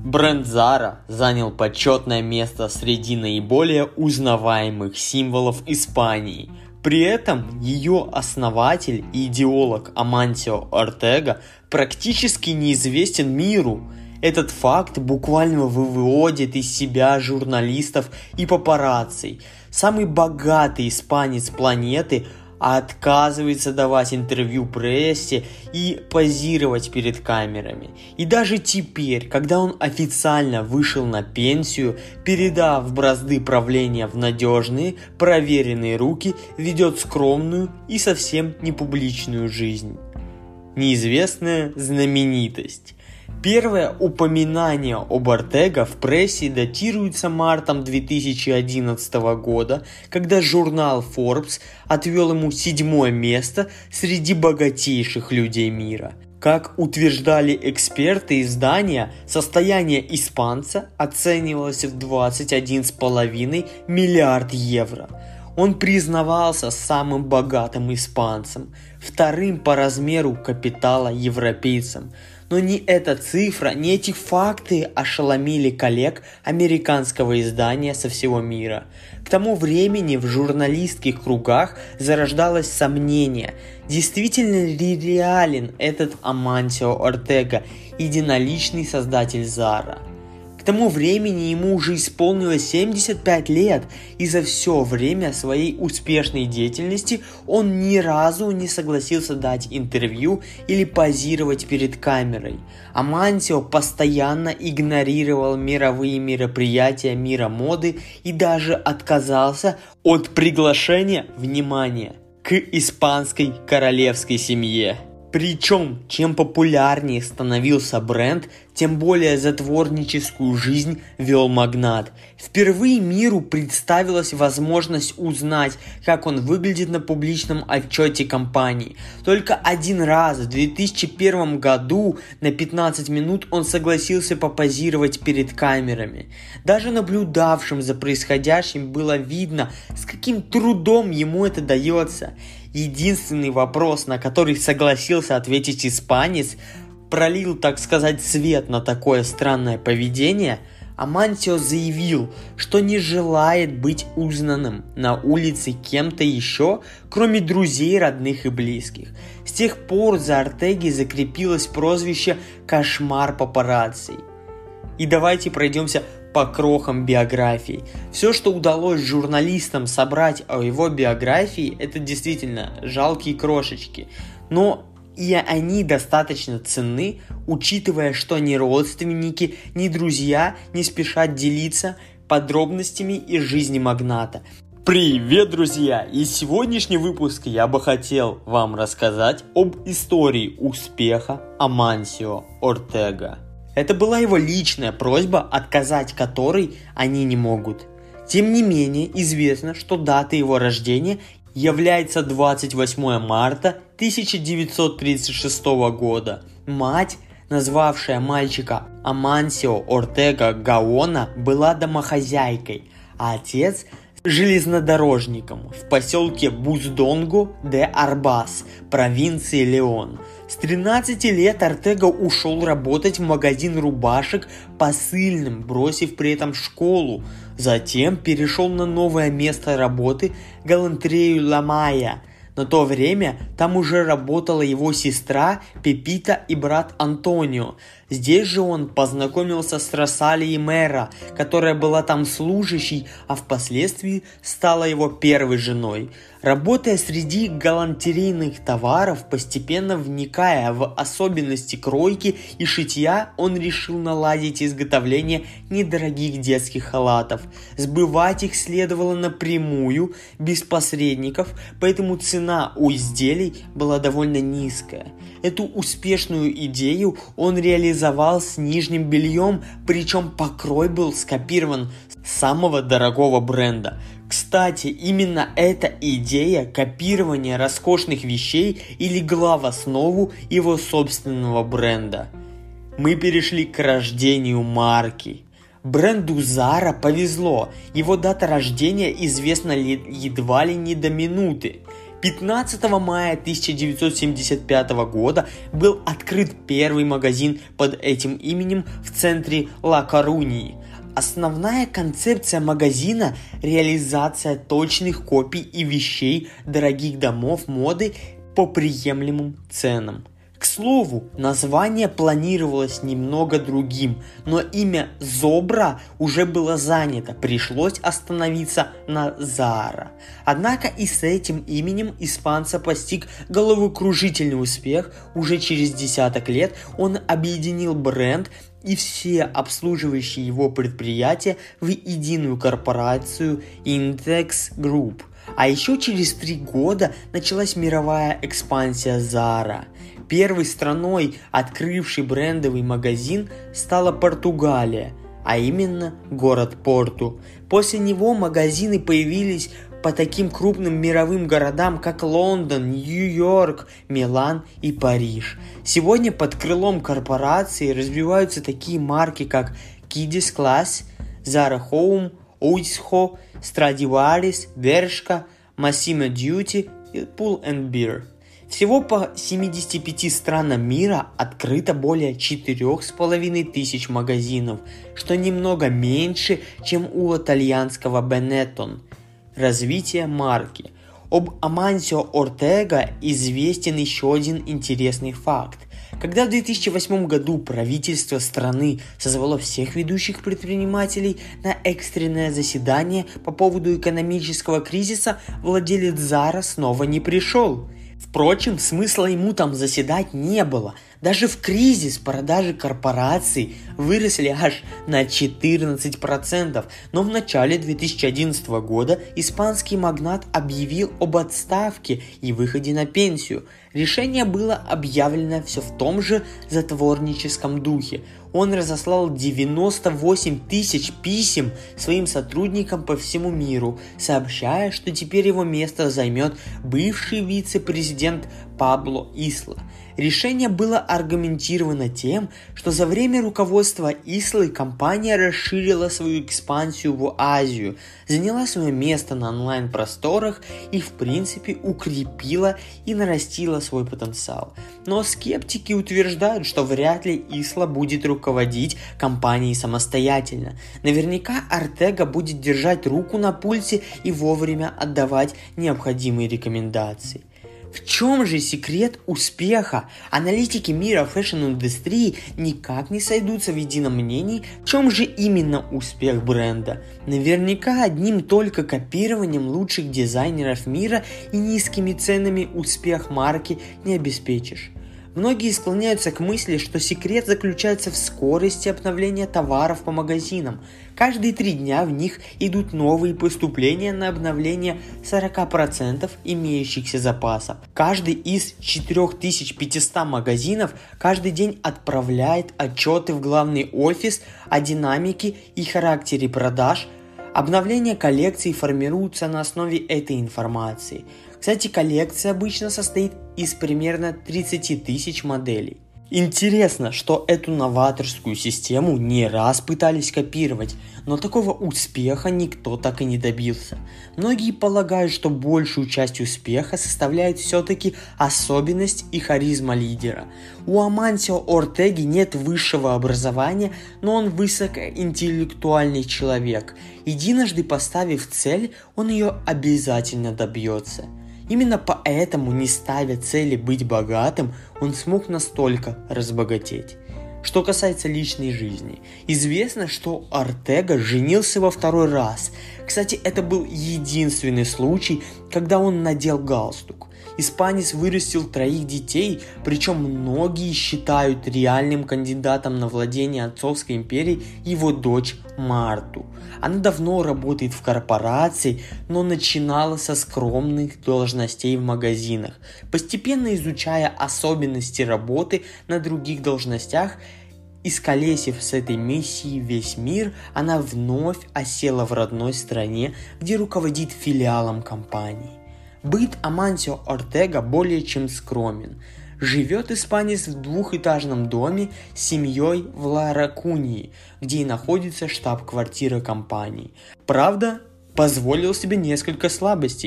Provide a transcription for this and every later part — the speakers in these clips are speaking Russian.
Бренд Zara занял почетное место среди наиболее узнаваемых символов Испании. При этом ее основатель и идеолог Амансио Ортега практически неизвестен миру. Этот факт буквально выводит из себя журналистов и папарацци. Самый богатый испанец планеты отказывается давать интервью прессе и позировать перед камерами. И даже теперь, когда он официально вышел на пенсию, передав бразды правления в надежные, проверенные руки, ведет скромную и совсем не публичную жизнь. Неизвестная знаменитость. Первое упоминание об Ортега в прессе датируется мартом 2011 года, когда журнал Forbes отвел ему 7-е место среди богатейших людей мира. Как утверждали эксперты издания, состояние испанца оценивалось в 21,5 миллиард евро. Он признавался самым богатым испанцем, вторым по размеру капитала европейцем. Но ни эта цифра, ни эти факты ошеломили коллег американского издания со всего мира. К тому времени в журналистских кругах зарождалось сомнение, действительно ли реален этот Амансио Ортега, единоличный создатель Zara. К тому времени ему уже исполнилось 75 лет, и за все время своей успешной деятельности он ни разу не согласился дать интервью или позировать перед камерой. Амансио постоянно игнорировал мировые мероприятия мира моды и даже отказался от приглашения, внимания, к испанской королевской семье. Причем, чем популярнее становился бренд, тем более затворническую жизнь вел магнат. Впервые миру представилась возможность узнать, как он выглядит на публичном отчете компании. Только один раз, в 2001 году, на 15 минут он согласился попозировать перед камерами. Даже наблюдавшим за происходящим было видно, с каким трудом ему это дается. Единственный вопрос, на который согласился ответить испанец, пролил, так сказать, свет на такое странное поведение. Амансио заявил, что не желает быть узнанным на улице кем-то еще, кроме друзей, родных и близких. С тех пор за Ортеги закрепилось прозвище «Кошмар папарацци». И давайте пройдемся по крохам биографии. Все, что удалось журналистам собрать о его биографии, это действительно жалкие крошечки. Но и они достаточно ценны, учитывая, что ни родственники, ни друзья не спешат делиться подробностями из жизни магната. Привет, друзья! И сегодняшний выпуск я бы хотел вам рассказать об истории успеха Амансио Ортега. Это была его личная просьба, отказать которой они не могут. Тем не менее, известно, что дата его рождения является 28 марта 1936 года. Мать, назвавшая мальчика Амансио Ортега Гаона, была домохозяйкой, а отец – железнодорожником в поселке Буздонго де Арбас, провинции Леон. С 13 лет Ортега ушел работать в магазин рубашек посыльным, бросив при этом школу. Затем перешел на новое место работы – галантерею Ла Майя. На то время там уже работала его сестра Пепита и брат Антонио. Здесь же он познакомился с Росалией Мэра, которая была там служащей, а впоследствии стала его первой женой. Работая среди галантерейных товаров, постепенно вникая в особенности кройки и шитья, он решил наладить изготовление недорогих детских халатов. Сбывать их следовало напрямую, без посредников, поэтому цена у изделий была довольно низкая. Эту успешную идею он реализовал с нижним бельем, причем покрой был скопирован с самого дорогого бренда. Кстати, именно эта идея копирования роскошных вещей и легла в основу его собственного бренда. Мы перешли к рождению марки. Бренду Zara повезло, его дата рождения известна едва ли не до минуты. 15 мая 1975 года был открыт первый магазин под этим именем в центре Ла-Коруньи. Основная концепция магазина – реализация точных копий и вещей дорогих домов моды по приемлемым ценам. К слову, название планировалось немного другим, но имя Зобра уже было занято, пришлось остановиться на Zara. Однако и с этим именем испанца постиг головокружительный успех. Уже через десяток лет он объединил бренд и все обслуживающие его предприятия в единую корпорацию Inditex Group. А еще через 3 года началась мировая экспансия Zara. Первой страной, открывшей брендовый магазин, стала Португалия, а именно город Порту. После него магазины появились по таким крупным мировым городам, как Лондон, Нью-Йорк, Милан и Париж. Сегодня под крылом корпорации развиваются такие марки, как Kids Class, Zara Home, Oysho, Stradivarius, Bershka, Massimo Dutti и Pull & Bear. Всего по 75 странам мира открыто более 4500 магазинов, что немного меньше, чем у итальянского Benetton. Развитие марки. Об Амансио Ортега известен еще один интересный факт. Когда в 2008 году правительство страны созвало всех ведущих предпринимателей на экстренное заседание по поводу экономического кризиса, владелец Zara снова не пришел. Впрочем, смысла ему там заседать не было. Даже в кризис продажи корпораций выросли аж на 14%. Но в начале 2011 года испанский магнат объявил об отставке и выходе на пенсию. Решение было объявлено все в том же затворническом духе. Он разослал 98 тысяч писем своим сотрудникам по всему миру, сообщая, что теперь его место займет бывший вице-президент Пабло Исла. Решение было аргументировано тем, что за время руководства Ислы компания расширила свою экспансию в Азию, заняла свое место на онлайн-просторах и в принципе укрепила и нарастила свой потенциал. Но скептики утверждают, что вряд ли Исла будет руководить компанией самостоятельно. Наверняка Ортега будет держать руку на пульсе и вовремя отдавать необходимые рекомендации. В чем же секрет успеха? Аналитики мира фэшн-индустрии никак не сойдутся в едином мнении, в чем же именно успех бренда. Наверняка одним только копированием лучших дизайнеров мира и низкими ценами успех марки не обеспечишь. Многие склоняются к мысли, что секрет заключается в скорости обновления товаров по магазинам. Каждые 3 дня в них идут новые поступления на обновление 40% имеющихся запасов. Каждый из 4500 магазинов каждый день отправляет отчеты в главный офис о динамике и характере продаж. Обновление коллекции формируется на основе этой информации. Кстати, коллекция обычно состоит из примерно 30 тысяч моделей. Интересно, что эту новаторскую систему не раз пытались копировать, но такого успеха никто так и не добился. Многие полагают, что большую часть успеха составляет все-таки особенность и харизма лидера. У Амансио Ортеги нет высшего образования, но он высокоинтеллектуальный человек. Единожды поставив цель, он ее обязательно добьется. Именно поэтому, не ставя цели быть богатым, он смог настолько разбогатеть. Что касается личной жизни, известно, что Ортега женился во 2-й раз. Кстати, это был единственный случай, когда он надел галстук. Испанец вырастил 3 детей, причем многие считают реальным кандидатом на владение отцовской империей его дочь Марту. Она давно работает в корпорации, но начинала со скромных должностей в магазинах. Постепенно изучая особенности работы на других должностях, исколесив с этой миссией весь мир, она вновь осела в родной стране, где руководит филиалом компании. Быт Амансио Ортега более чем скромен. Живет испанец в 2-этажном доме с семьей в Ла-Коруньи, где и находится штаб-квартира компании. Правда, позволил себе несколько слабостей.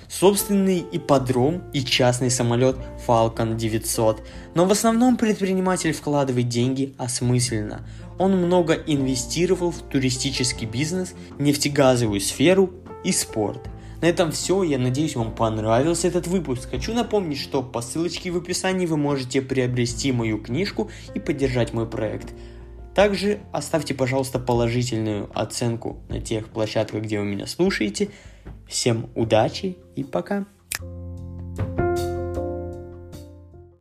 собственный ипподром и частный самолет Falcon 900. Но в основном предприниматель вкладывает деньги осмысленно. Он много инвестировал в туристический бизнес, нефтегазовую сферу и спорт. На этом все, я надеюсь, вам понравился этот выпуск. Хочу напомнить, что по ссылочке в описании вы можете приобрести мою книжку и поддержать мой проект. Также оставьте, пожалуйста, положительную оценку на тех площадках, где вы меня слушаете. Всем удачи и пока!